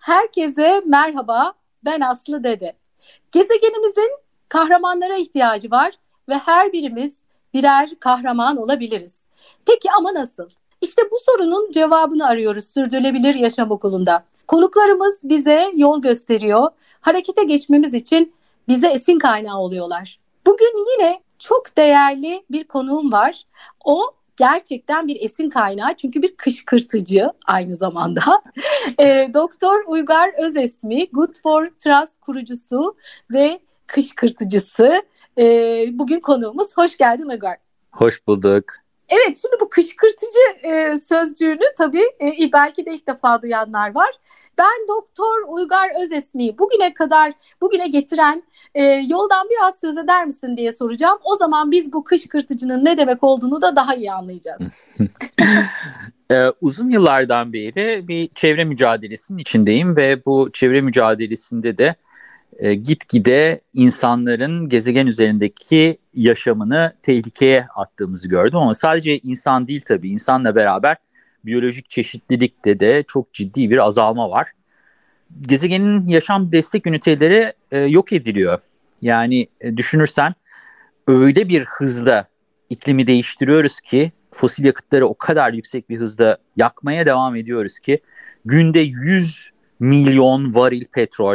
Herkese merhaba, ben Aslı Dede. Gezegenimizin kahramanlara ihtiyacı var ve her birimiz birer kahraman olabiliriz. Peki ama nasıl? İşte bu sorunun cevabını arıyoruz Sürdürülebilir Yaşam Okulu'nda. Konuklarımız bize yol gösteriyor, harekete geçmemiz için bize esin kaynağı oluyorlar. Bugün yine çok değerli bir konuğum var. O gerçekten bir esin kaynağı çünkü bir kışkırtıcı aynı zamanda. Doktor Uygar Özesmi, Good for Trust kurucusu ve kışkırtıcısı. Bugün konuğumuz. Hoş geldin Uygar. Hoş bulduk. Evet, şimdi bu kışkırtıcı sözcüğünü tabii belki de ilk defa duyanlar var. Ben Doktor Uygar Özesmi'yi bugüne getiren yoldan biraz söz eder misin diye soracağım. O zaman biz bu kışkırtıcının ne demek olduğunu da daha iyi anlayacağız. Uzun yıllardan beri bir çevre mücadelesinin içindeyim ve bu çevre mücadelesinde de gitgide insanların gezegen üzerindeki yaşamını tehlikeye attığımızı gördüm. Ama sadece insan değil tabii, insanla beraber biyolojik çeşitlilikte de çok ciddi bir azalma var. Gezegenin yaşam destek üniteleri yok ediliyor. Yani düşünürsen öyle bir hızla iklimi değiştiriyoruz ki, fosil yakıtları o kadar yüksek bir hızda yakmaya devam ediyoruz ki günde 100 milyon varil petrol,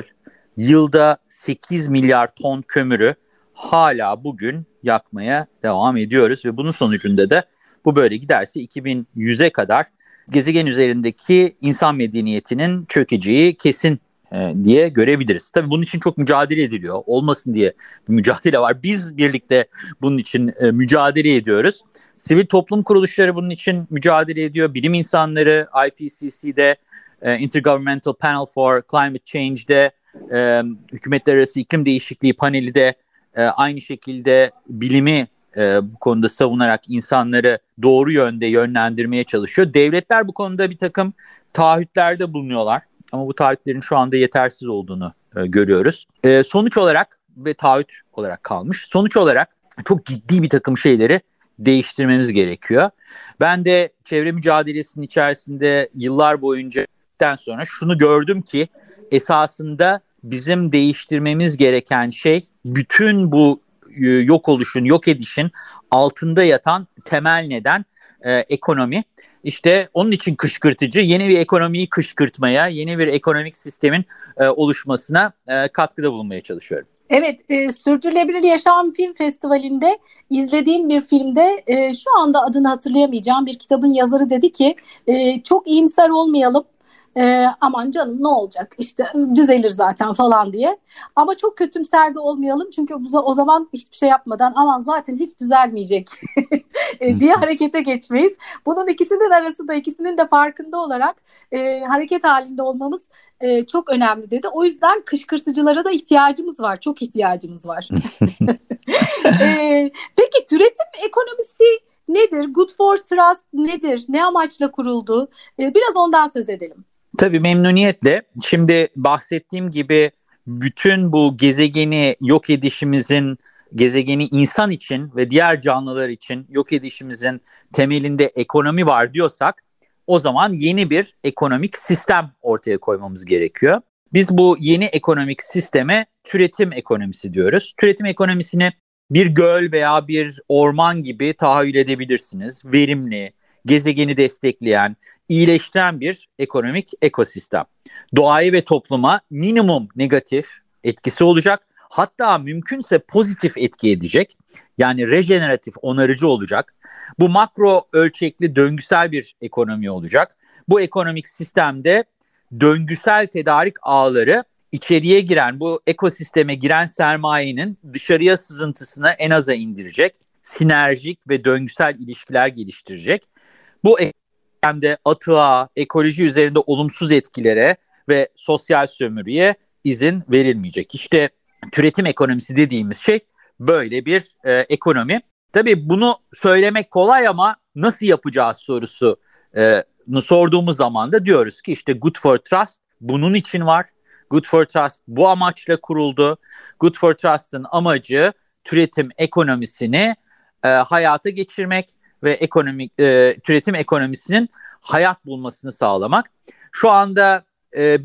yılda 8 milyar ton kömürü hala bugün yakmaya devam ediyoruz ve bunun sonucunda da bu böyle giderse 2100'e kadar gezegen üzerindeki insan medeniyetinin çökeceği kesin diye görebiliriz. Tabii bunun için çok mücadele ediliyor. Olmasın diye bir mücadele var. Biz birlikte bunun için mücadele ediyoruz. Sivil toplum kuruluşları bunun için mücadele ediyor. Bilim insanları IPCC'de, Intergovernmental Panel for Climate Change'de, Hükümetler Arası İklim Değişikliği paneli de aynı şekilde bilimi bu konuda savunarak insanları doğru yönde yönlendirmeye çalışıyor. Devletler bu konuda bir takım taahhütlerde bulunuyorlar. Ama bu taahhütlerin şu anda yetersiz olduğunu görüyoruz. Sonuç olarak ve taahhüt olarak kalmış. Sonuç olarak çok ciddi bir takım şeyleri değiştirmemiz gerekiyor. Ben de çevre mücadelesinin içerisinde yıllar boyunca sonra şunu gördüm ki esasında bizim değiştirmemiz gereken şey bütün bu yok oluşun, yok edişin altında yatan temel neden ekonomi. İşte onun için kışkırtıcı, yeni bir ekonomiyi kışkırtmaya, yeni bir ekonomik sistemin oluşmasına katkıda bulunmaya çalışıyorum. Evet, Sürdürülebilir Yaşam Film Festivali'nde izlediğim bir filmde şu anda adını hatırlayamayacağım bir kitabın yazarı dedi ki çok iyimser olmayalım. Aman canım ne olacak işte düzelir zaten falan diye. Ama çok kötümser de olmayalım çünkü o zaman hiçbir şey yapmadan aman zaten hiç düzelmeyecek diye harekete geçmeyiz. Bunun ikisinin arasında ikisinin de farkında olarak hareket halinde olmamız çok önemli dedi. O yüzden kışkırtıcılara da ihtiyacımız var. Çok ihtiyacımız var. Peki türetim ekonomisi nedir? Good for Trust nedir? Ne amaçla kuruldu? Biraz ondan söz edelim. Tabii memnuniyetle. Şimdi bahsettiğim gibi bütün bu gezegeni yok edişimizin, gezegeni insan için ve diğer canlılar için yok edişimizin temelinde ekonomi var diyorsak o zaman yeni bir ekonomik sistem ortaya koymamız gerekiyor. Biz bu yeni ekonomik sisteme türetim ekonomisi diyoruz. Türetim ekonomisini bir göl veya bir orman gibi tahayyül edebilirsiniz. Verimli, gezegeni destekleyen, iyileştiren bir ekonomik ekosistem. Doğaya ve topluma minimum negatif etkisi olacak. Hatta mümkünse pozitif etki edecek. Yani rejeneratif, onarıcı olacak. Bu makro ölçekli döngüsel bir ekonomi olacak. Bu ekonomik sistemde döngüsel tedarik ağları içeriye giren, bu ekosisteme giren sermayenin dışarıya sızıntısını en aza indirecek. Sinerjik ve döngüsel ilişkiler geliştirecek. Bu ekosistemde atığa, ekoloji üzerinde olumsuz etkilere ve sosyal sömürüye izin verilmeyecek. İşte türetim ekonomisi dediğimiz şey böyle bir ekonomi. Tabii bunu söylemek kolay ama nasıl yapacağız sorusunu sorduğumuz zaman da diyoruz ki işte Good for Trust bunun için var. Good for Trust bu amaçla kuruldu. Good for Trust'ın amacı türetim ekonomisini hayata geçirmek ve türetim ekonomisinin hayat bulmasını sağlamak. Şu anda bir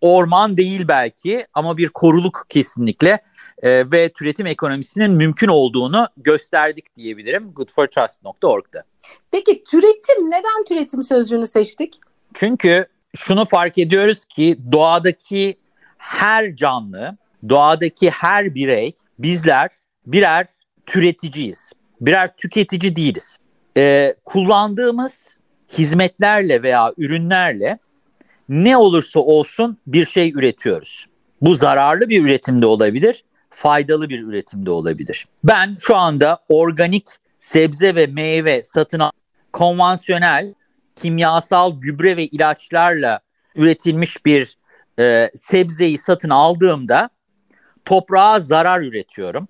orman değil belki ama bir koruluk kesinlikle ve türetim ekonomisinin mümkün olduğunu gösterdik diyebilirim goodfortrust.org'da. Peki neden türetim sözcüğünü seçtik? Çünkü şunu fark ediyoruz ki doğadaki her canlı, doğadaki her birey, bizler birer türeticiyiz. Birer tüketici değiliz. Kullandığımız hizmetlerle veya ürünlerle ne olursa olsun bir şey üretiyoruz. Bu zararlı bir üretim de olabilir, faydalı bir üretim de olabilir. Ben şu anda organik sebze ve meyve satın alan konvansiyonel kimyasal gübre ve ilaçlarla üretilmiş bir sebzeyi satın aldığımda toprağa zarar üretiyorum,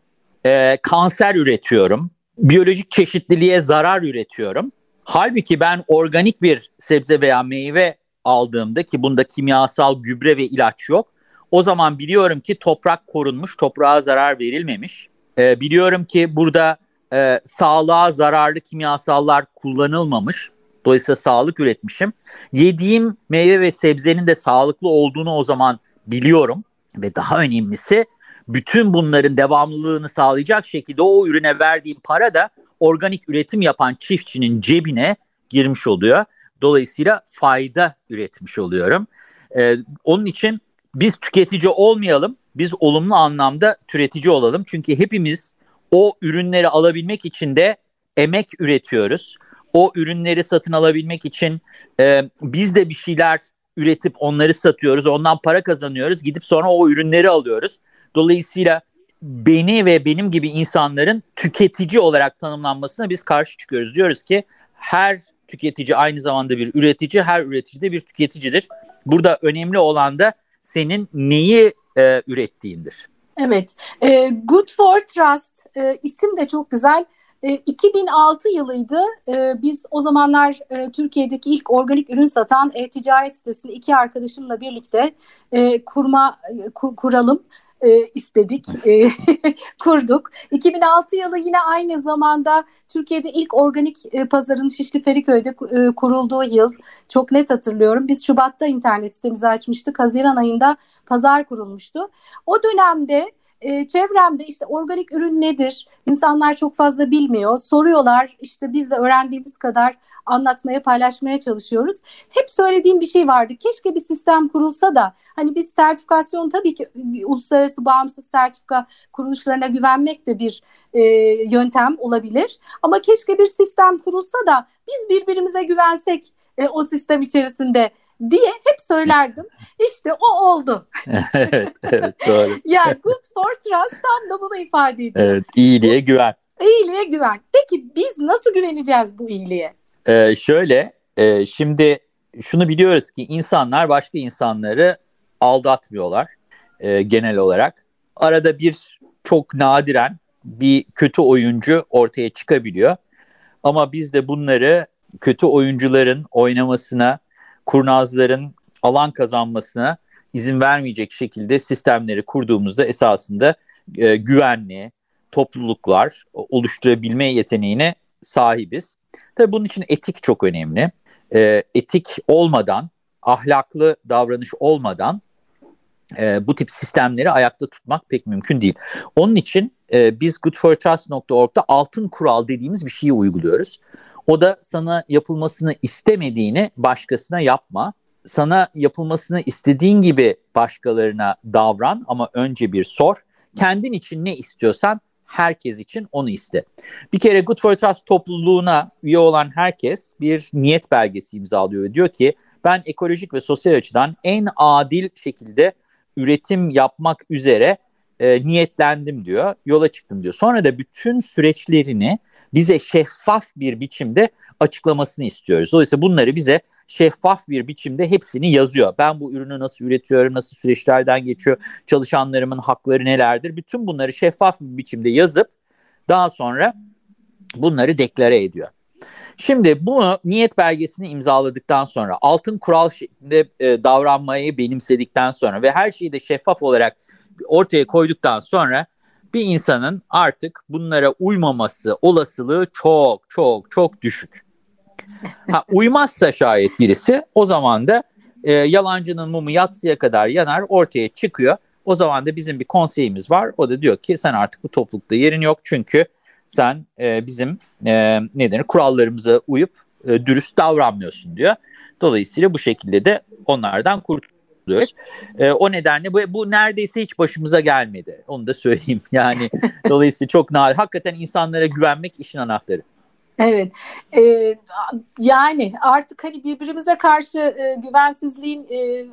kanser üretiyorum, biyolojik çeşitliliğe zarar üretiyorum. Halbuki ben organik bir sebze veya meyve aldığımda ki bunda kimyasal gübre ve ilaç yok, o zaman biliyorum ki toprak korunmuş, toprağa zarar verilmemiş. Biliyorum ki burada sağlığa zararlı kimyasallar kullanılmamış. Dolayısıyla sağlık üretmişim. Yediğim meyve ve sebzenin de sağlıklı olduğunu o zaman biliyorum. Ve daha önemlisi bütün bunların devamlılığını sağlayacak şekilde o ürüne verdiğim para da organik üretim yapan çiftçinin cebine girmiş oluyor. Dolayısıyla fayda üretmiş oluyorum. Onun için biz tüketici olmayalım, biz olumlu anlamda türetici olalım. Çünkü hepimiz o ürünleri alabilmek için de emek üretiyoruz. O ürünleri satın alabilmek için biz de bir şeyler üretip onları satıyoruz, ondan para kazanıyoruz, gidip sonra o ürünleri alıyoruz. Dolayısıyla beni ve benim gibi insanların tüketici olarak tanımlanmasına biz karşı çıkıyoruz. Diyoruz ki her tüketici aynı zamanda bir üretici, her üretici de bir tüketicidir. Burada önemli olan da senin neyi ürettiğindir. Evet, Good for Trust isim de çok güzel. 2006 yılıydı. Biz o zamanlar Türkiye'deki ilk organik ürün satan ticaret sitesini iki arkadaşımla birlikte kuralım istedik. Kurduk. 2006 yılı yine aynı zamanda Türkiye'de ilk organik pazarın Şişli Feriköy'de kurulduğu yıl. Çok net hatırlıyorum. Biz Şubat'ta internet sitemizi açmıştık. Haziran ayında pazar kurulmuştu. O dönemde çevremde işte organik ürün nedir? İnsanlar çok fazla bilmiyor. Soruyorlar. İşte biz de öğrendiğimiz kadar anlatmaya, paylaşmaya çalışıyoruz. Hep söylediğim bir şey vardı. Keşke bir sistem kurulsa da hani biz sertifikasyon tabii ki uluslararası bağımsız sertifika kuruluşlarına güvenmek de bir yöntem olabilir. Ama keşke bir sistem kurulsa da biz birbirimize güvensek o sistem içerisinde diye hep söylerdim. İşte o oldu. Evet, doğru. Ya Good for Trust tam da bunu ifade ediyor. Evet, iyiliğe güven. İyiliğe güven. Peki biz nasıl güveneceğiz bu iyiliğe? Şimdi şunu biliyoruz ki insanlar başka insanları aldatmıyorlar genel olarak. Arada bir çok nadiren bir kötü oyuncu ortaya çıkabiliyor. Ama biz de bunları kötü oyuncuların oynamasına, kurnazların alan kazanmasına izin vermeyecek şekilde sistemleri kurduğumuzda esasında güvenli topluluklar oluşturabilme yeteneğine sahibiz. Tabii bunun için etik çok önemli. Etik olmadan, ahlaklı davranış olmadan bu tip sistemleri ayakta tutmak pek mümkün değil. Onun için biz goodfortrust.org'da altın kural dediğimiz bir şeyi uyguluyoruz. O da sana yapılmasını istemediğini başkasına yapma. Sana yapılmasını istediğin gibi başkalarına davran ama önce bir sor. Kendin için ne istiyorsan herkes için onu iste. Bir kere Good for Trust topluluğuna üye olan herkes bir niyet belgesi imzalıyor. Diyor ki ben ekolojik ve sosyal açıdan en adil şekilde üretim yapmak üzere niyetlendim diyor. Yola çıktım diyor. Sonra da bütün süreçlerini bize şeffaf bir biçimde açıklamasını istiyoruz. Dolayısıyla bunları bize şeffaf bir biçimde hepsini yazıyor. Ben bu ürünü nasıl üretiyorum, nasıl süreçlerden geçiyor, çalışanlarımın hakları nelerdir? Bütün bunları şeffaf bir biçimde yazıp daha sonra bunları deklare ediyor. Şimdi bunu niyet belgesini imzaladıktan sonra, altın kural şeklinde davranmayı benimsedikten sonra ve her şeyi de şeffaf olarak ortaya koyduktan sonra bir insanın artık bunlara uymaması olasılığı çok çok çok düşük. Uymazsa şayet birisi o zaman da Yalancının mumu yatsıya kadar yanar, ortaya çıkıyor. O zaman da bizim bir konseyimiz var. O da diyor ki sen artık bu toplulukta yerin yok. Çünkü sen bizim kurallarımıza uyup dürüst davranmıyorsun diyor. Dolayısıyla bu şekilde de onlardan kurtuluyoruz. O nedenle bu neredeyse hiç başımıza gelmedi. Onu da söyleyeyim. Yani dolayısıyla çok nadir. Hakikaten insanlara güvenmek işin anahtarı. Evet. Yani artık hani birbirimize karşı güvensizliğin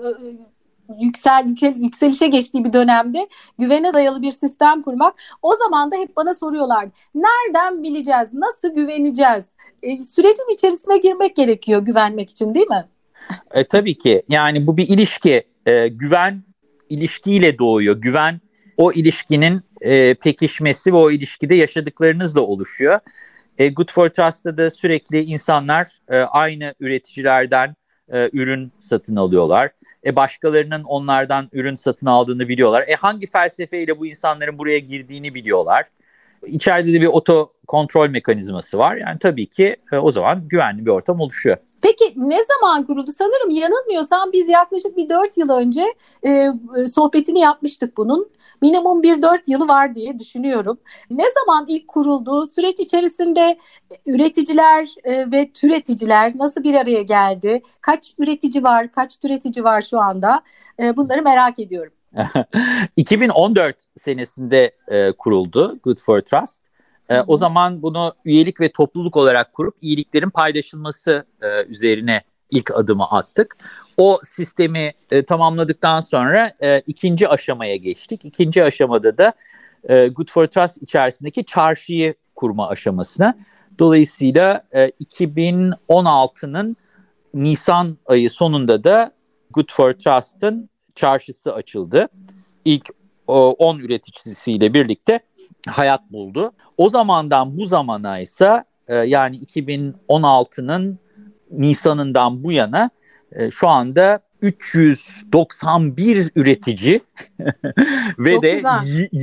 yükselişe geçtiği bir dönemde güvene dayalı bir sistem kurmak. O zaman da hep bana soruyorlardı. Nereden bileceğiz? Nasıl güveneceğiz? Sürecin içerisine girmek gerekiyor güvenmek için, değil mi? Tabii ki. Yani bu bir ilişki. Güven ilişkiyle doğuyor. Güven o ilişkinin pekişmesi ve o ilişkide yaşadıklarınızla oluşuyor. Good for Trust'ta da sürekli insanlar aynı üreticilerden ürün satın alıyorlar. Başkalarının onlardan ürün satın aldığını biliyorlar. Hangi felsefeyle bu insanların buraya girdiğini biliyorlar. İçeride de bir oto kontrol mekanizması var. Yani tabii ki o zaman güvenli bir ortam oluşuyor. Peki ne zaman kuruldu? Sanırım yanılmıyorsam biz yaklaşık bir 4 yıl önce sohbetini yapmıştık bunun. Minimum bir 4 yılı var diye düşünüyorum. Ne zaman ilk kuruldu? Süreç içerisinde üreticiler ve türeticiler nasıl bir araya geldi? Kaç üretici var, kaç türetici var şu anda? Bunları merak ediyorum. 2014 senesinde kuruldu Good for Trust. O zaman bunu üyelik ve topluluk olarak kurup iyiliklerin paylaşılması üzerine ilk adımı attık. O sistemi tamamladıktan sonra ikinci aşamaya geçtik. İkinci aşamada da Good for Trust içerisindeki çarşıyı kurma aşamasına. Dolayısıyla 2016'nın Nisan ayı sonunda da Good for Trust'ın çarşısı açıldı. İlk 10 üreticisiyle birlikte hayat buldu. O zamandan bu zamana ise yani 2016'nın Nisan'ından bu yana şu anda 391 üretici ve çok de güzel.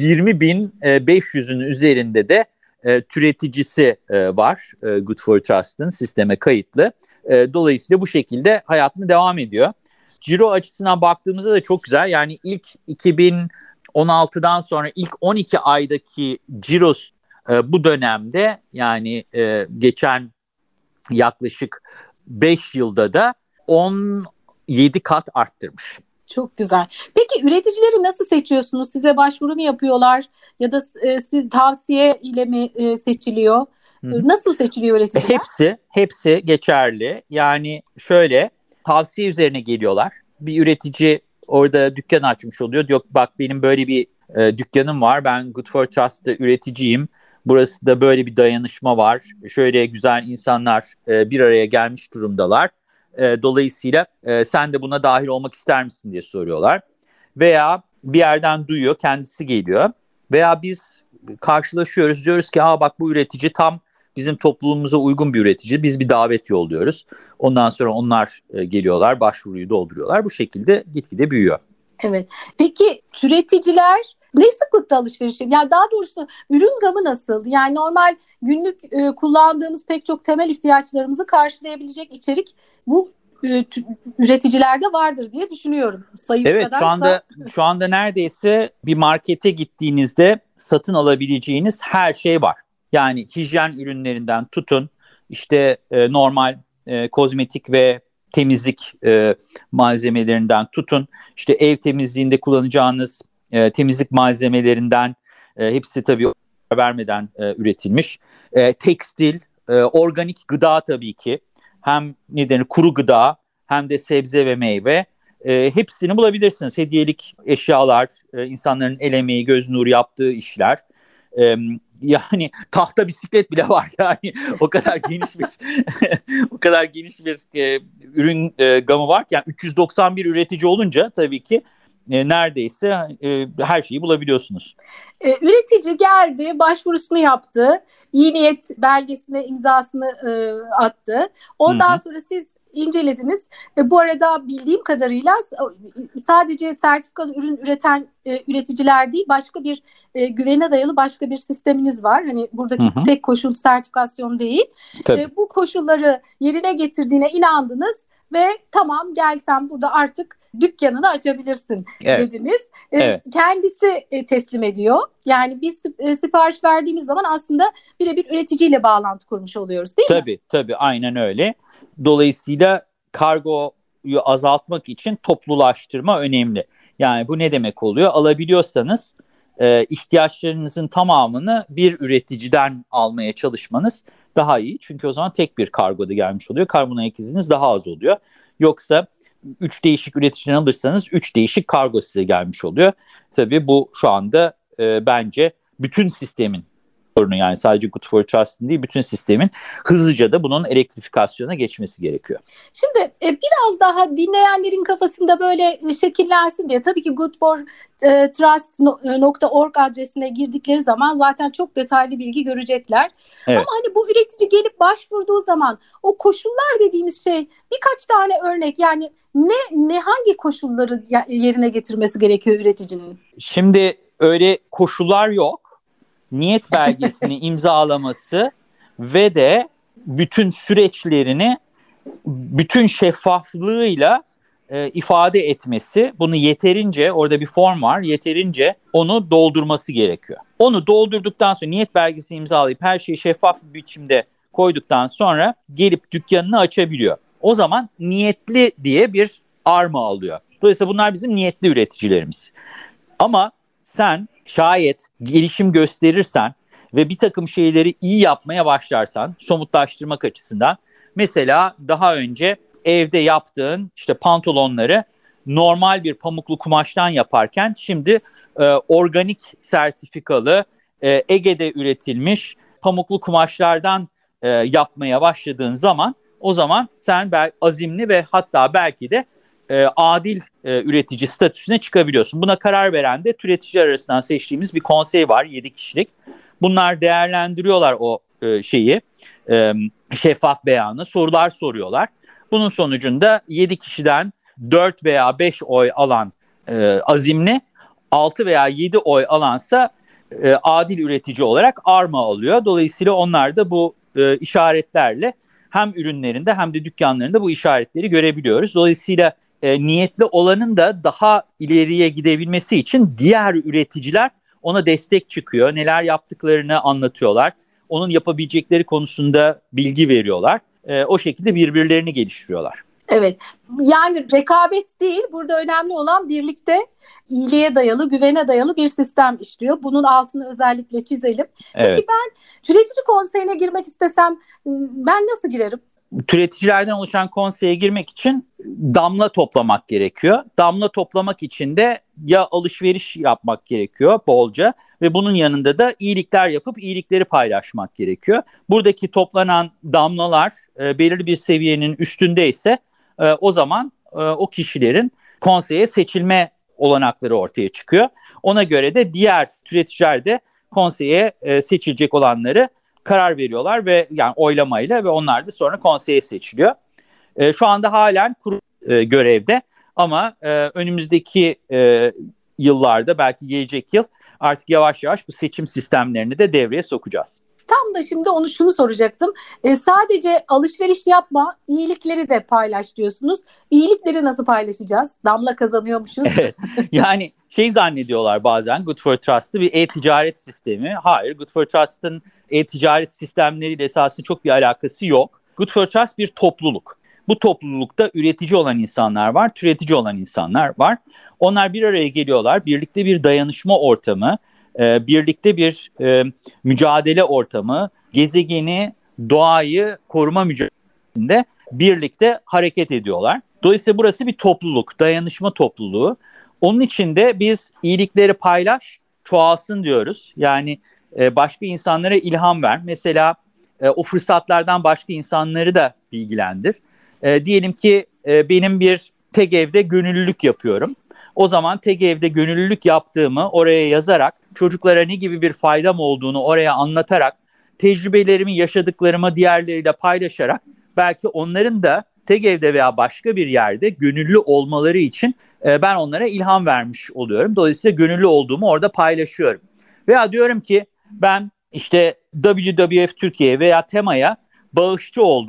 20.500'ün üzerinde de türeticisi var Good for Trust'ın sisteme kayıtlı. Dolayısıyla bu şekilde hayatını devam ediyor. Ciro açısından baktığımızda da çok güzel. Yani ilk 2016'dan sonra ilk 12 aydaki ciros bu dönemde yani geçen yaklaşık 5 yılda da 17 kat arttırmış. Çok güzel. Peki üreticileri nasıl seçiyorsunuz? Size başvuru mu yapıyorlar ya da siz tavsiye ile mi seçiliyor? Hı-hı. Nasıl seçiliyor üreticiler? Hepsi geçerli. Yani şöyle tavsiye üzerine geliyorlar. Bir üretici orada dükkan açmış oluyor. Diyor bak benim böyle bir dükkanım var. Ben Good for Trust'ta üreticiyim. Burası da böyle bir dayanışma var. Şöyle güzel insanlar bir araya gelmiş durumdalar. Dolayısıyla sen de buna dahil olmak ister misin diye soruyorlar. Veya bir yerden duyuyor, kendisi geliyor. Veya biz karşılaşıyoruz, diyoruz ki bak bu üretici tam bizim topluluğumuza uygun bir üretici. Biz bir davet yolluyoruz. Ondan sonra onlar geliyorlar, başvuruyu dolduruyorlar. Bu şekilde gitgide büyüyor. Evet. Peki türeticiler ne sıklıkta alışveriş yapıyor? Yani daha doğrusu ürün gamı nasıl? Yani normal günlük kullandığımız pek çok temel ihtiyaçlarımızı karşılayabilecek içerik bu üreticilerde vardır diye düşünüyorum. Sayı evet, kadarsa... şu anda neredeyse bir markete gittiğinizde satın alabileceğiniz her şey var. Yani hijyen ürünlerinden tutun, işte normal kozmetik ve temizlik malzemelerinden tutun, işte ev temizliğinde kullanacağınız temizlik malzemelerinden hepsi tabii vermeden üretilmiş. Tekstil, organik gıda tabii ki. Hem kuru gıda hem de sebze ve meyve. Hepsini bulabilirsiniz. Hediyelik eşyalar, insanların el emeği, göz nuru yaptığı işler. Yani tahta bisiklet bile var yani o kadar geniş bir o kadar geniş bir ürün gamı var ki yani 391 üretici olunca tabii ki neredeyse her şeyi bulabiliyorsunuz. Üretici geldi, başvurusunu yaptı, iyi niyet belgesine imzasını attı. Ondan sonra siz incelediniz. Bu arada bildiğim kadarıyla sadece sertifikalı ürün üreten üreticiler değil, başka bir güvene dayalı başka bir sisteminiz var. Hani buradaki tek koşul sertifikasyon değil. Bu koşulları yerine getirdiğine inandınız ve tamam gel sen burada artık dükkanını açabilirsin dediniz. Evet. Kendisi teslim ediyor. Yani biz sipariş verdiğimiz zaman aslında birebir üreticiyle bağlantı kurmuş oluyoruz değil mi? Tabii aynen öyle. Dolayısıyla kargoyu azaltmak için toplulaştırma önemli. Yani bu ne demek oluyor? Alabiliyorsanız ihtiyaçlarınızın tamamını bir üreticiden almaya çalışmanız daha iyi. Çünkü o zaman tek bir kargoda gelmiş oluyor. Karbon ayak iziniz daha az oluyor. Yoksa 3 değişik üreticiden alırsanız 3 değişik kargo size gelmiş oluyor. Tabii bu şu anda bence bütün sistemin sorunu, yani sadece Good for Trust'ın değil, bütün sistemin hızlıca da bunun elektrifikasyona geçmesi gerekiyor. Şimdi biraz daha dinleyenlerin kafasında böyle şekillensin diye tabii ki goodfortrust.org adresine girdikleri zaman zaten çok detaylı bilgi görecekler. Evet. Ama hani bu üretici gelip başvurduğu zaman o koşullar dediğimiz şey, birkaç tane örnek, yani ne hangi koşulları yerine getirmesi gerekiyor üreticinin? Şimdi öyle koşullar yok. Niyet belgesini imzalaması ve de bütün süreçlerini bütün şeffaflığıyla ifade etmesi, bunu yeterince, orada bir form var, yeterince onu doldurması gerekiyor. Onu doldurduktan sonra, niyet belgesini imzalayıp her şeyi şeffaf bir biçimde koyduktan sonra gelip dükkanını açabiliyor. O zaman niyetli diye bir arma alıyor. Dolayısıyla bunlar bizim niyetli üreticilerimiz. Ama sen şayet gelişim gösterirsen ve bir takım şeyleri iyi yapmaya başlarsan, somutlaştırmak açısından, mesela daha önce evde yaptığın işte pantolonları normal bir pamuklu kumaştan yaparken şimdi organik sertifikalı Ege'de üretilmiş pamuklu kumaşlardan yapmaya başladığın zaman, o zaman sen azimli ve hatta belki de adil üretici statüsüne çıkabiliyorsun. Buna karar veren de üreticiler arasından seçtiğimiz bir konsey var, 7 kişilik. Bunlar değerlendiriyorlar o şeffaf beyanı, sorular soruyorlar. Bunun sonucunda 7 kişiden 4 veya 5 oy alan azimli, 6 veya 7 oy alansa adil üretici olarak arma alıyor. Dolayısıyla onlar da bu işaretlerle hem ürünlerinde hem de dükkanlarında bu işaretleri görebiliyoruz. Dolayısıyla niyetli olanın da daha ileriye gidebilmesi için diğer üreticiler ona destek çıkıyor. Neler yaptıklarını anlatıyorlar. Onun yapabilecekleri konusunda bilgi veriyorlar. O şekilde birbirlerini geliştiriyorlar. Evet, yani rekabet değil, burada önemli olan birlikte iyiliğe dayalı, güvene dayalı bir sistem işliyor. Bunun altını özellikle çizelim. Evet. Peki ben üretici konseyine girmek istesem ben nasıl girerim? Üreticilerden oluşan konseye girmek için damla toplamak gerekiyor. Damla toplamak için de ya alışveriş yapmak gerekiyor bolca ve bunun yanında da iyilikler yapıp iyilikleri paylaşmak gerekiyor. Buradaki toplanan damlalar belirli bir seviyenin üstündeyse o zaman o kişilerin konseye seçilme olanakları ortaya çıkıyor. Ona göre de diğer üreticiler de konseye seçilecek olanları karar veriyorlar ve yani oylamayla, ve onlar da sonra konseye seçiliyor. Şu anda halen kurul görevde ama önümüzdeki yıllarda, belki gelecek yıl, artık yavaş yavaş bu seçim sistemlerini de devreye sokacağız. Tam da şimdi şunu soracaktım. Sadece alışveriş yapma, iyilikleri de paylaş diyorsunuz. İyilikleri nasıl paylaşacağız? Damla kazanıyormuşuz. Yani zannediyorlar bazen Good for Trust'ı bir e-ticaret sistemi. Hayır, Good for Trust'ın e-ticaret sistemleriyle esasında çok bir alakası yok. Good for Trust bir topluluk. Bu toplulukta üretici olan insanlar var, türetici olan insanlar var. Onlar bir araya geliyorlar, birlikte bir dayanışma ortamı, birlikte bir mücadele ortamı, gezegeni, doğayı koruma mücadelesinde birlikte hareket ediyorlar. Dolayısıyla burası bir topluluk, dayanışma topluluğu. Onun için de biz iyilikleri paylaş, çoğalsın diyoruz. Yani başka insanlara ilham ver. Mesela o fırsatlardan başka insanları da bilgilendir. Diyelim ki benim bir TEGEV'de gönüllülük yapıyorum. O zaman TEGEV'de gönüllülük yaptığımı oraya yazarak, çocuklara ne gibi bir faydam olduğunu oraya anlatarak, tecrübelerimi, yaşadıklarımı diğerleriyle paylaşarak, belki onların da TEGEV'de veya başka bir yerde gönüllü olmaları için ben onlara ilham vermiş oluyorum. Dolayısıyla gönüllü olduğumu orada paylaşıyorum. Veya diyorum ki ben işte WWF Türkiye veya TEMA'ya bağışçı oldum.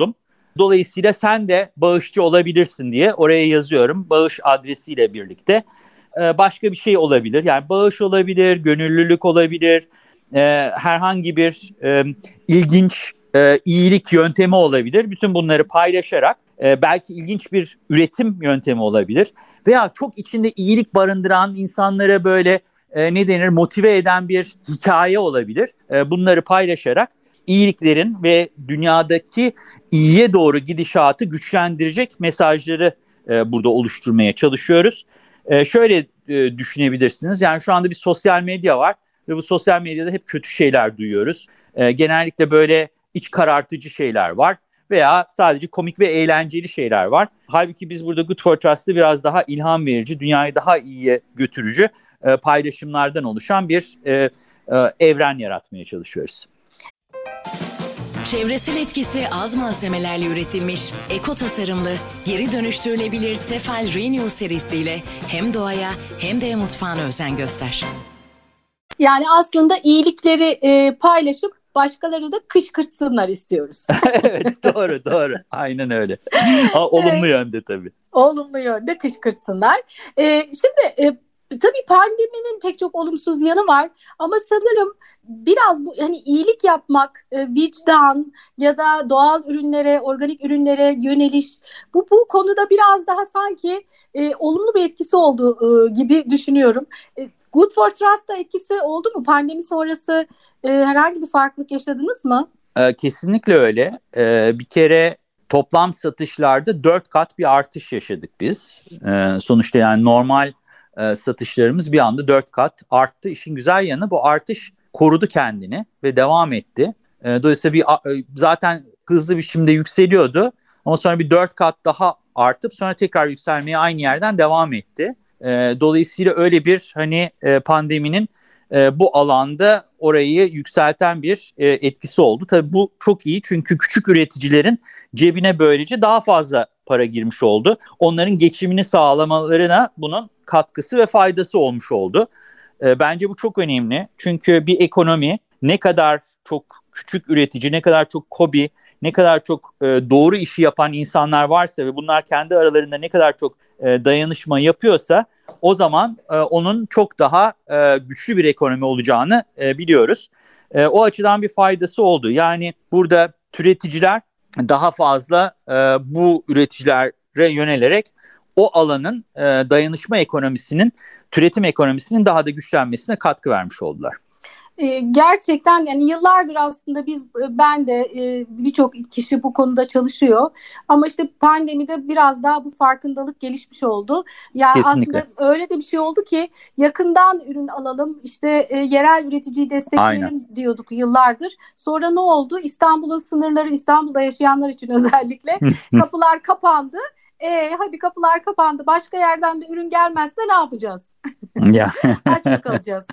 Dolayısıyla sen de bağışçı olabilirsin diye oraya yazıyorum. Bağış adresiyle birlikte. Başka bir şey olabilir. Yani bağış olabilir, gönüllülük olabilir, herhangi bir ilginç iyilik yöntemi olabilir. Bütün bunları paylaşarak belki ilginç bir üretim yöntemi olabilir. Veya çok içinde iyilik barındıran, insanlara böyle motive eden bir hikaye olabilir. Bunları paylaşarak iyiliklerin ve dünyadaki iyiye doğru gidişatı güçlendirecek mesajları burada oluşturmaya çalışıyoruz. Şöyle düşünebilirsiniz. Yani şu anda bir sosyal medya var ve bu sosyal medyada hep kötü şeyler duyuyoruz. Genellikle böyle iç karartıcı şeyler var veya sadece komik ve eğlenceli şeyler var. Halbuki biz burada Good for Trust'ı biraz daha ilham verici, dünyayı daha iyiye götürücü paylaşımlardan oluşan bir evren yaratmaya çalışıyoruz. Çevresel etkisi az malzemelerle üretilmiş, eko tasarımlı, geri dönüştürülebilir Tefal Renew serisiyle hem doğaya hem de mutfağına özen göster. Yani aslında iyilikleri paylaşıp başkaları da kışkırtsınlar istiyoruz. Evet, doğru. Aynen öyle. Olumlu yönde tabii. Olumlu yönde kışkırtsınlar. Şimdi tabii pandeminin pek çok olumsuz yanı var ama sanırım biraz bu hani iyilik yapmak, vicdan ya da doğal ürünlere, organik ürünlere yöneliş bu konuda biraz daha sanki olumlu bir etkisi olduğu gibi düşünüyorum. Good for Trust'ta etkisi oldu mu? Pandemi sonrası herhangi bir farklılık yaşadınız mı? Kesinlikle öyle. Bir kere toplam satışlarda 4 kat bir artış yaşadık biz. Sonuçta yani normal satışlarımız bir anda 4 kat arttı. İşin güzel yanı bu artış korudu kendini ve devam etti. Dolayısıyla zaten hızlı bir biçimde yükseliyordu. Ama sonra bir 4 kat daha artıp sonra tekrar yükselmeye aynı yerden devam etti. Dolayısıyla öyle bir pandeminin bu alanda orayı yükselten bir etkisi oldu. Tabii bu çok iyi çünkü küçük üreticilerin cebine böylece daha fazla para girmiş oldu. Onların geçimini sağlamalarına bunun katkısı ve faydası olmuş oldu. Bence bu çok önemli çünkü bir ekonomi ne kadar çok küçük üretici, ne kadar çok KOBİ, ne kadar çok doğru işi yapan insanlar varsa ve bunlar kendi aralarında ne kadar çok dayanışma yapıyorsa o zaman onun çok daha güçlü bir ekonomi olacağını biliyoruz. O açıdan bir faydası oldu. Yani burada türeticiler daha fazla bu üreticilere yönelerek o alanın dayanışma ekonomisinin, türetim ekonomisinin daha da güçlenmesine katkı vermiş oldular. Gerçekten yani yıllardır aslında ben de birçok kişi bu konuda çalışıyor ama işte pandemide biraz daha bu farkındalık gelişmiş oldu. Yani kesinlikle. Aslında öyle de bir şey oldu ki yakından ürün alalım işte yerel üreticiyi destekleyelim Aynen. diyorduk yıllardır. Sonra ne oldu? İstanbul'un sınırları, İstanbul'da yaşayanlar için özellikle kapılar kapandı. Hadi kapılar kapandı. Başka yerden de ürün gelmezse ne yapacağız? Aç mı kalacağız?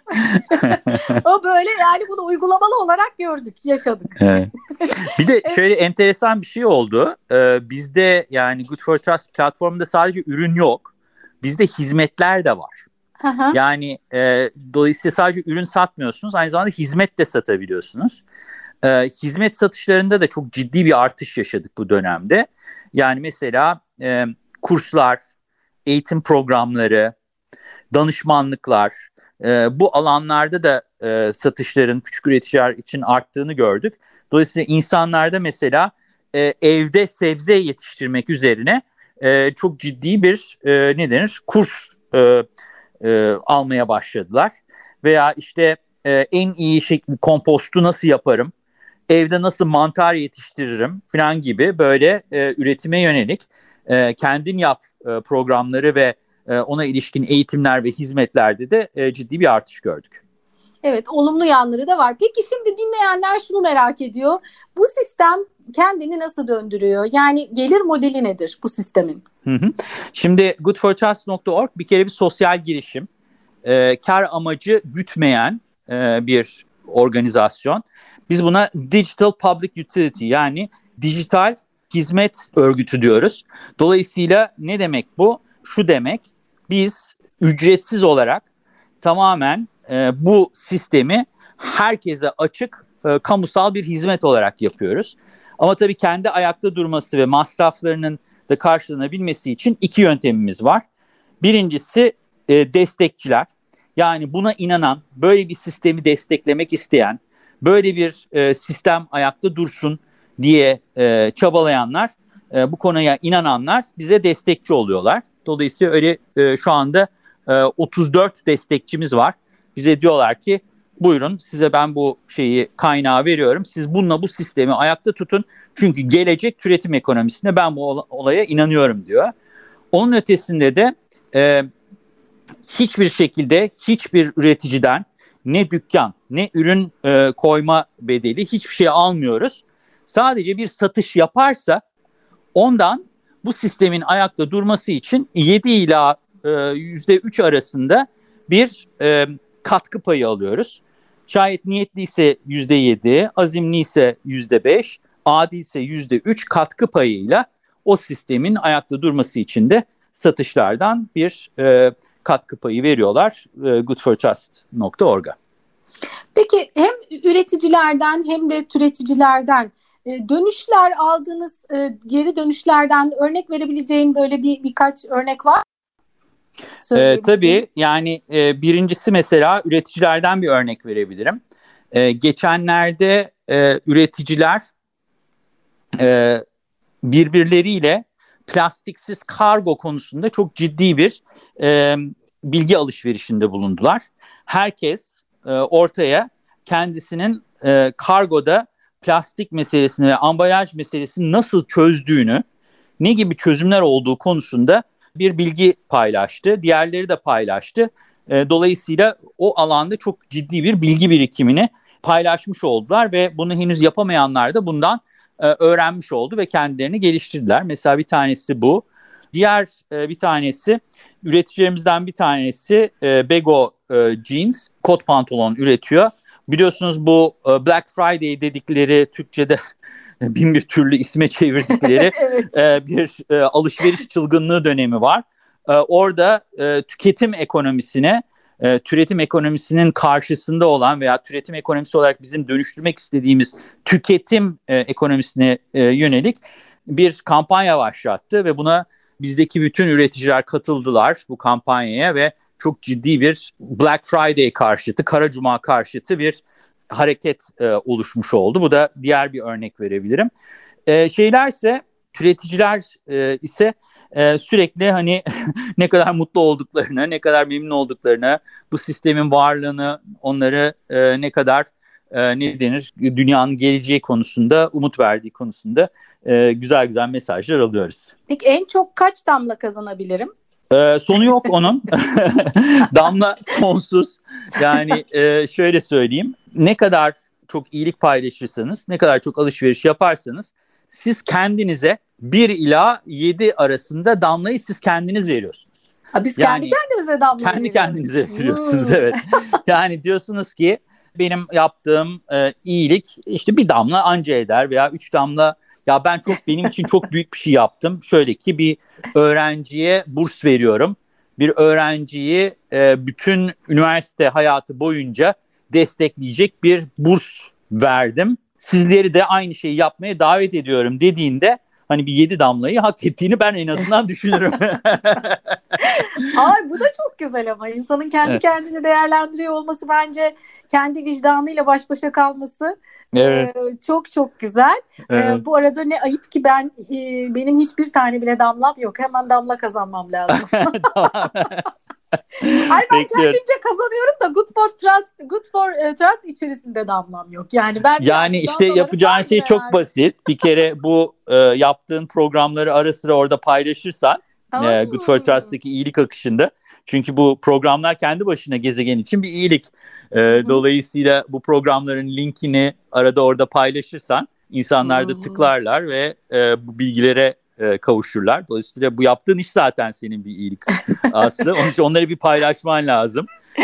O böyle yani bunu uygulamalı olarak gördük, yaşadık. Evet. Bir de şöyle enteresan bir şey oldu. Bizde yani Good for Trust platformunda sadece ürün yok. Bizde hizmetler de var. Yani dolayısıyla sadece ürün satmıyorsunuz. Aynı zamanda hizmet de satabiliyorsunuz. Hizmet satışlarında da çok ciddi bir artış yaşadık bu dönemde. Yani mesela kurslar, eğitim programları, danışmanlıklar, bu alanlarda da satışların küçük üreticiler için arttığını gördük. Dolayısıyla insanlarda mesela evde sebze yetiştirmek üzerine çok ciddi bir kurs almaya başladılar. Veya işte en iyi şekilde kompostu nasıl yaparım, evde nasıl mantar yetiştiririm falan gibi böyle üretime yönelik kendin yap programları ve ona ilişkin eğitimler ve hizmetlerde de ciddi bir artış gördük. Evet, olumlu yanları da var. Peki şimdi dinleyenler şunu merak ediyor. Bu sistem kendini nasıl döndürüyor? Yani gelir modeli nedir bu sistemin? Şimdi goodfortrust.org bir kere bir sosyal girişim. Kar amacı gütmeyen bir organizasyon. Biz buna Digital Public Utility yani dijital hizmet örgütü diyoruz. Dolayısıyla ne demek bu? Şu demek, biz ücretsiz olarak tamamen bu sistemi herkese açık kamusal bir hizmet olarak yapıyoruz. Ama tabii kendi ayakta durması ve masraflarının da karşılanabilmesi için iki yöntemimiz var. Birincisi destekçiler. Yani buna inanan, böyle bir sistemi desteklemek isteyen, böyle bir sistem ayakta dursun diye çabalayanlar, bu konuya inananlar bize destekçi oluyorlar. Dolayısıyla öyle şu anda 34 destekçimiz var. Bize diyorlar ki buyurun size ben bu kaynağı veriyorum. Siz bununla bu sistemi ayakta tutun. Çünkü gelecek türetim ekonomisinde ben bu olaya inanıyorum diyor. Onun ötesinde de hiçbir şekilde hiçbir üreticiden ne dükkan ne ürün koyma bedeli hiçbir şey almıyoruz. Sadece bir satış yaparsa ondan bu sistemin ayakta durması için 7 ila %3 arasında bir katkı payı alıyoruz. Şayet niyetliyse %7, azimliyse %5, adilse %3 katkı payıyla o sistemin ayakta durması için de satışlardan bir katkı payı veriyorlar goodfortrust.org'a. Peki hem üreticilerden hem de türeticilerden dönüşler aldığınız geri dönüşlerden örnek verebileceğin böyle birkaç örnek var? Tabii yani birincisi mesela üreticilerden bir örnek verebilirim. Geçenlerde üreticiler birbirleriyle plastiksiz kargo konusunda çok ciddi bir bilgi alışverişinde bulundular. Herkes ortaya kendisinin kargoda plastik meselesini ve ambalaj meselesini nasıl çözdüğünü, ne gibi çözümler olduğu konusunda bir bilgi paylaştı. Diğerleri de paylaştı. Dolayısıyla o alanda çok ciddi bir bilgi birikimini paylaşmış oldular ve bunu henüz yapamayanlar da bundan öğrenmiş oldu ve kendilerini geliştirdiler. Mesela bir tanesi bu. Diğer bir tanesi üreticilerimizden bir tanesi Bego Jeans kot pantolon üretiyor. Biliyorsunuz bu Black Friday dedikleri Türkçe'de bin bir türlü isme çevirdikleri evet. Bir alışveriş çılgınlığı dönemi var. Orada tüketim ekonomisine, türetim ekonomisinin karşısında olan veya türetim ekonomisi olarak bizim dönüştürmek istediğimiz tüketim ekonomisine yönelik bir kampanya başlattı ve buna bizdeki bütün üreticiler katıldılar bu kampanyaya ve çok ciddi bir Black Friday karşıtı, Kara Cuma karşıtı bir hareket oluşmuş oldu. Bu da diğer bir örnek verebilirim. Türeticiler ise sürekli hani ne kadar mutlu olduklarını, ne kadar memnun olduklarını, bu sistemin varlığını onları ne kadar dünyanın geleceği konusunda, umut verdiği konusunda güzel güzel mesajlar alıyoruz. Peki en çok kaç damla kazanabilirim? Sonu yok onun. Damla sonsuz. Yani şöyle söyleyeyim. Ne kadar çok iyilik paylaşırsanız, ne kadar çok alışveriş yaparsanız siz kendinize 1 ila 7 arasında damlayı siz kendiniz veriyorsunuz. Biz yani, kendi kendimize damla veriyoruz. Kendi kendinize veriyorsunuz evet. Yani diyorsunuz ki benim yaptığım iyilik işte 1 damla anca eder veya 3 damla. Ya benim için çok büyük bir şey yaptım. Şöyle ki bir öğrenciye burs veriyorum. Bir öğrenciyi bütün üniversite hayatı boyunca destekleyecek bir burs verdim. Sizleri de aynı şeyi yapmaya davet ediyorum dediğinde hani bir 7 damlayı hak ettiğini ben en azından düşünürüm. Ay bu da çok güzel ama insanın kendi kendini değerlendiriyor olması bence kendi vicdanıyla baş başa kalması çok çok güzel. Evet. Bu arada ne ayıp ki benim hiçbir tane bile damlam yok. Hemen damla kazanmam lazım. Ay ben kendimce kazanıyorum da Good for Trust içerisinde damlam yok. Yani işte yapacağın şey çok basit. Bir kere bu yaptığın programları ara sıra orada paylaşırsan Good for Trust'taki iyilik akışında. Çünkü bu programlar kendi başına gezegen için bir iyilik. Dolayısıyla bu programların linkini arada orada paylaşırsan insanlar da tıklarlar ve bu bilgilere kavuşurlar. Dolayısıyla bu yaptığın iş zaten senin bir iyilik aslında. Onun için onları bir paylaşman lazım.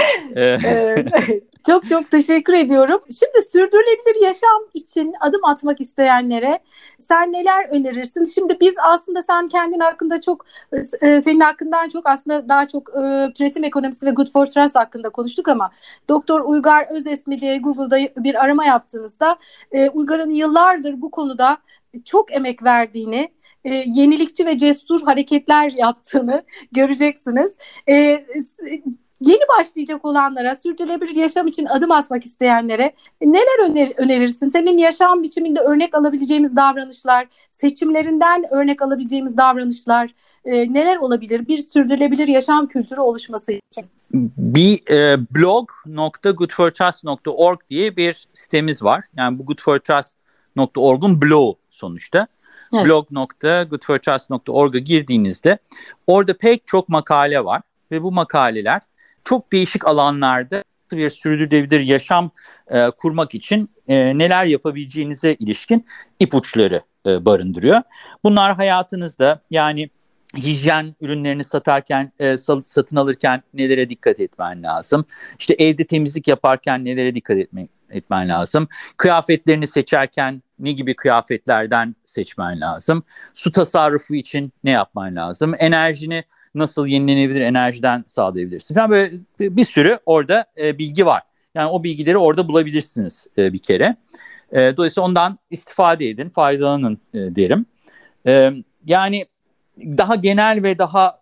Çok çok teşekkür ediyorum. Şimdi sürdürülebilir yaşam için adım atmak isteyenlere sen neler önerirsin? Şimdi biz aslında sen kendin hakkında çok, senin hakkından çok aslında daha çok türetim ekonomisi ve Good for Trust hakkında konuştuk ama Doktor Uygar Özesmi diye Google'da bir arama yaptığınızda Uygar'ın yıllardır bu konuda çok emek verdiğini, yenilikçi ve cesur hareketler yaptığını göreceksiniz. Yeni başlayacak olanlara, sürdürülebilir yaşam için adım atmak isteyenlere neler önerirsin? Senin yaşam biçiminde örnek alabileceğimiz davranışlar, seçimlerinden örnek alabileceğimiz davranışlar neler olabilir? Bir sürdürülebilir yaşam kültürü oluşması için. Bir blog.goodfortrust.org diye bir sitemiz var. Yani bu goodfortrust.org'un blogu sonuçta. Evet. blog.goodfortrust.org'a girdiğinizde orada pek çok makale var ve bu makaleler çok değişik alanlarda bir sürdürülebilir yaşam kurmak için neler yapabileceğinize ilişkin ipuçları barındırıyor. Bunlar hayatınızda, yani hijyen ürünlerini satarken, satın alırken nelere dikkat etmen lazım? İşte evde temizlik yaparken nelere dikkat etmen lazım? Kıyafetlerini seçerken ne gibi kıyafetlerden seçmen lazım? Su tasarrufu için ne yapman lazım? Enerjini nasıl yenilenebilir enerjiden sağlayabilirsin? Yani böyle bir sürü orada bilgi var. Yani o bilgileri orada bulabilirsiniz bir kere. Dolayısıyla ondan istifade edin, faydalanın derim. Yani daha genel ve daha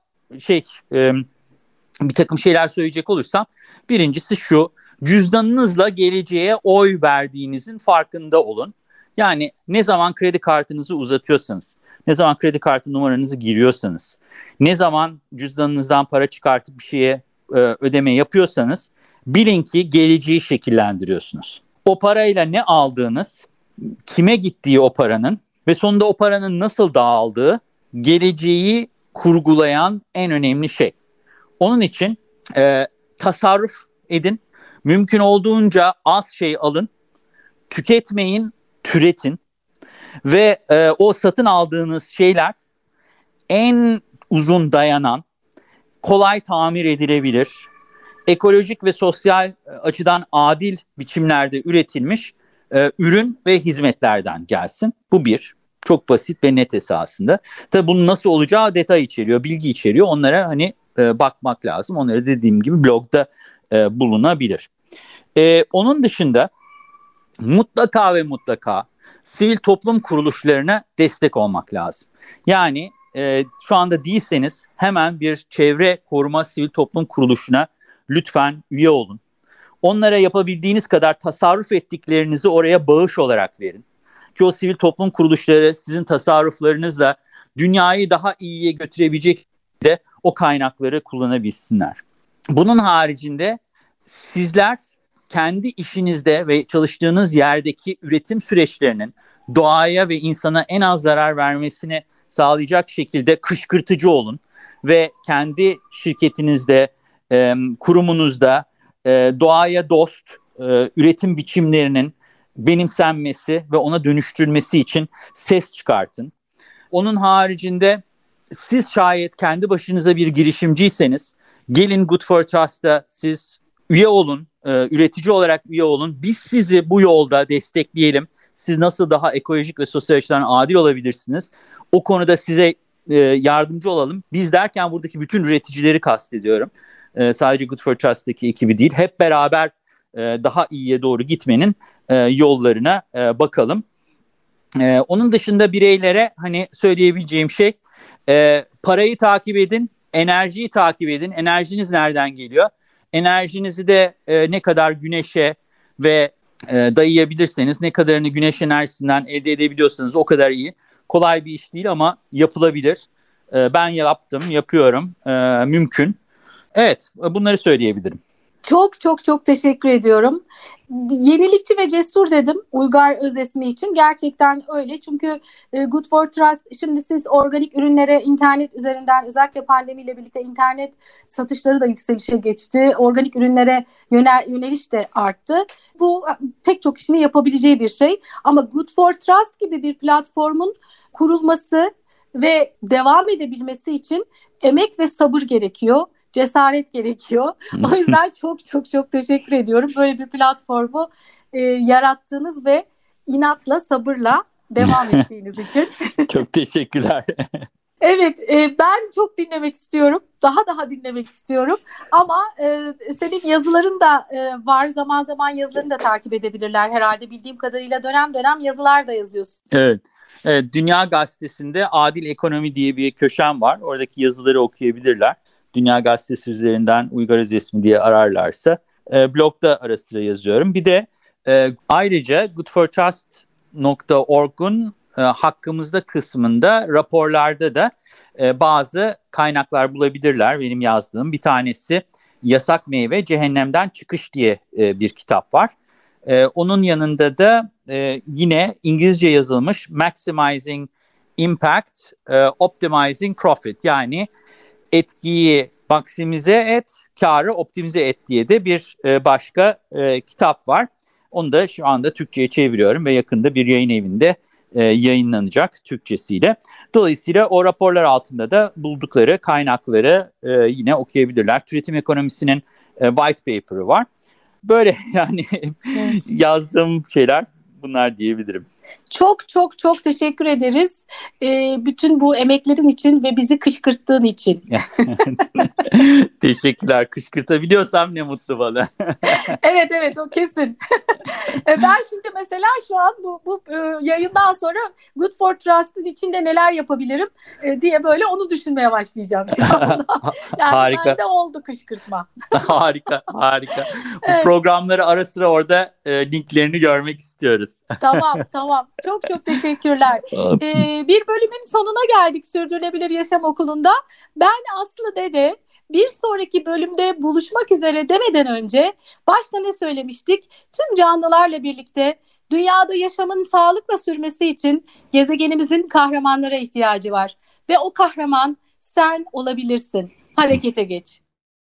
bir takım şeyler söyleyecek olursam, birincisi şu: cüzdanınızla geleceğe oy verdiğinizin farkında olun. Yani ne zaman kredi kartınızı uzatıyorsanız, ne zaman kredi kartı numaranızı giriyorsanız, ne zaman cüzdanınızdan para çıkartıp bir şeye ödeme yapıyorsanız bilin ki geleceği şekillendiriyorsunuz. O parayla ne aldığınız, kime gittiği o paranın ve sonunda o paranın nasıl dağıldığı geleceği kurgulayan en önemli şey. Onun için tasarruf edin, mümkün olduğunca az şey alın, tüketmeyin, türetin ve o satın aldığınız şeyler en uzun dayanan, kolay tamir edilebilir, ekolojik ve sosyal açıdan adil biçimlerde üretilmiş ürün ve hizmetlerden gelsin. Bu bir. Çok basit ve net esasında. Tabii bunun nasıl olacağı detay içeriyor, bilgi içeriyor. Onlara bakmak lazım. Onları dediğim gibi blogda bulunabilir. Onun dışında mutlaka ve mutlaka sivil toplum kuruluşlarına destek olmak lazım. Yani şu anda değilseniz hemen bir çevre koruma sivil toplum kuruluşuna lütfen üye olun. Onlara yapabildiğiniz kadar tasarruf ettiklerinizi oraya bağış olarak verin. Ki o sivil toplum kuruluşları sizin tasarruflarınızla dünyayı daha iyiye götürebilecek de o kaynakları kullanabilsinler. Bunun haricinde sizler kendi işinizde ve çalıştığınız yerdeki üretim süreçlerinin doğaya ve insana en az zarar vermesini sağlayacak şekilde kışkırtıcı olun ve kendi şirketinizde, kurumunuzda doğaya dost üretim biçimlerinin benimsenmesi ve ona dönüştürülmesi için ses çıkartın. Onun haricinde siz şayet kendi başınıza bir girişimciyseniz gelin Good for Trust'ta siz üye olun, üretici olarak üye olun. Biz sizi bu yolda destekleyelim. Siz nasıl daha ekolojik ve sosyal açıdan adil olabilirsiniz? O konuda size yardımcı olalım. Biz derken buradaki bütün üreticileri kastediyorum. Sadece Good for Trust'taki ekibi değil. Hep beraber daha iyiye doğru gitmenin yollarına bakalım. Onun dışında bireylere söyleyebileceğim şey, parayı takip edin, enerjiyi takip edin. Enerjiniz nereden geliyor? Enerjinizi de ne kadar güneşe ve dayayabilirseniz, ne kadarını güneş enerjisinden elde edebiliyorsanız o kadar iyi. Kolay bir iş değil ama yapılabilir. Ben yapıyorum. Mümkün. Evet, bunları söyleyebilirim. Çok çok çok teşekkür ediyorum. Yenilikçi ve cesur dedim Uygar Özesmi için. Gerçekten öyle. Çünkü Good for Trust, şimdi siz organik ürünlere internet üzerinden, özellikle pandemiyle birlikte internet satışları da yükselişe geçti. Organik ürünlere yöneliş de arttı. Bu pek çok kişinin yapabileceği bir şey. Ama Good for Trust gibi bir platformun kurulması ve devam edebilmesi için emek ve sabır gerekiyor. Cesaret gerekiyor. O yüzden çok çok çok teşekkür ediyorum. Böyle bir platformu yarattığınız ve inatla, sabırla devam ettiğiniz için. Çok teşekkürler. Evet, ben çok dinlemek istiyorum. Daha dinlemek istiyorum. Ama senin yazıların da var. Zaman zaman yazılarını da takip edebilirler herhalde. Bildiğim kadarıyla dönem dönem yazılar da yazıyorsun. Evet. Evet, Dünya Gazetesi'nde Adil Ekonomi diye bir köşem var. Oradaki yazıları okuyabilirler. Dünya Gazetesi üzerinden Uygar Özesmi diye ararlarsa. Blogda ara sıra yazıyorum. Bir de ayrıca goodfortrust.org'un hakkımızda kısmında raporlarda da bazı kaynaklar bulabilirler. Benim yazdığım bir tanesi Yasak Meyve Cehennemden Çıkış diye bir kitap var. Onun yanında da yine İngilizce yazılmış Maximizing Impact, Optimizing Profit, yani etkiyi maksimize et, karı optimize et diye de bir başka kitap var. Onu da şu anda Türkçe'ye çeviriyorum ve yakında bir yayın evinde yayınlanacak Türkçesiyle. Dolayısıyla o raporlar altında da buldukları kaynakları yine okuyabilirler. Türetim ekonomisinin white paper'ı var. Böyle yani yazdığım şeyler bunlar diyebilirim. Çok çok çok teşekkür ederiz. Bütün bu emeklerin için ve bizi kışkırttığın için. Teşekkürler. Kışkırtabiliyorsam ne mutlu bana. Evet o kesin. Ben şimdi mesela şu an bu yayından sonra Good for Trust'ın içinde neler yapabilirim diye böyle onu düşünmeye başlayacağım şu anda. Yani harika. bende oldu kışkırtma. Harika. Bu programları ara sıra orada linklerini görmek istiyoruz. Tamam. Çok teşekkürler. Bir bölümün sonuna geldik Sürdürülebilir Yaşam Okulu'nda. Ben Aslı Dede. Bir sonraki bölümde buluşmak üzere demeden önce başta ne söylemiştik? Tüm canlılarla birlikte dünyada yaşamın sağlıkla sürmesi için gezegenimizin kahramanlara ihtiyacı var. Ve o kahraman sen olabilirsin. Harekete geç.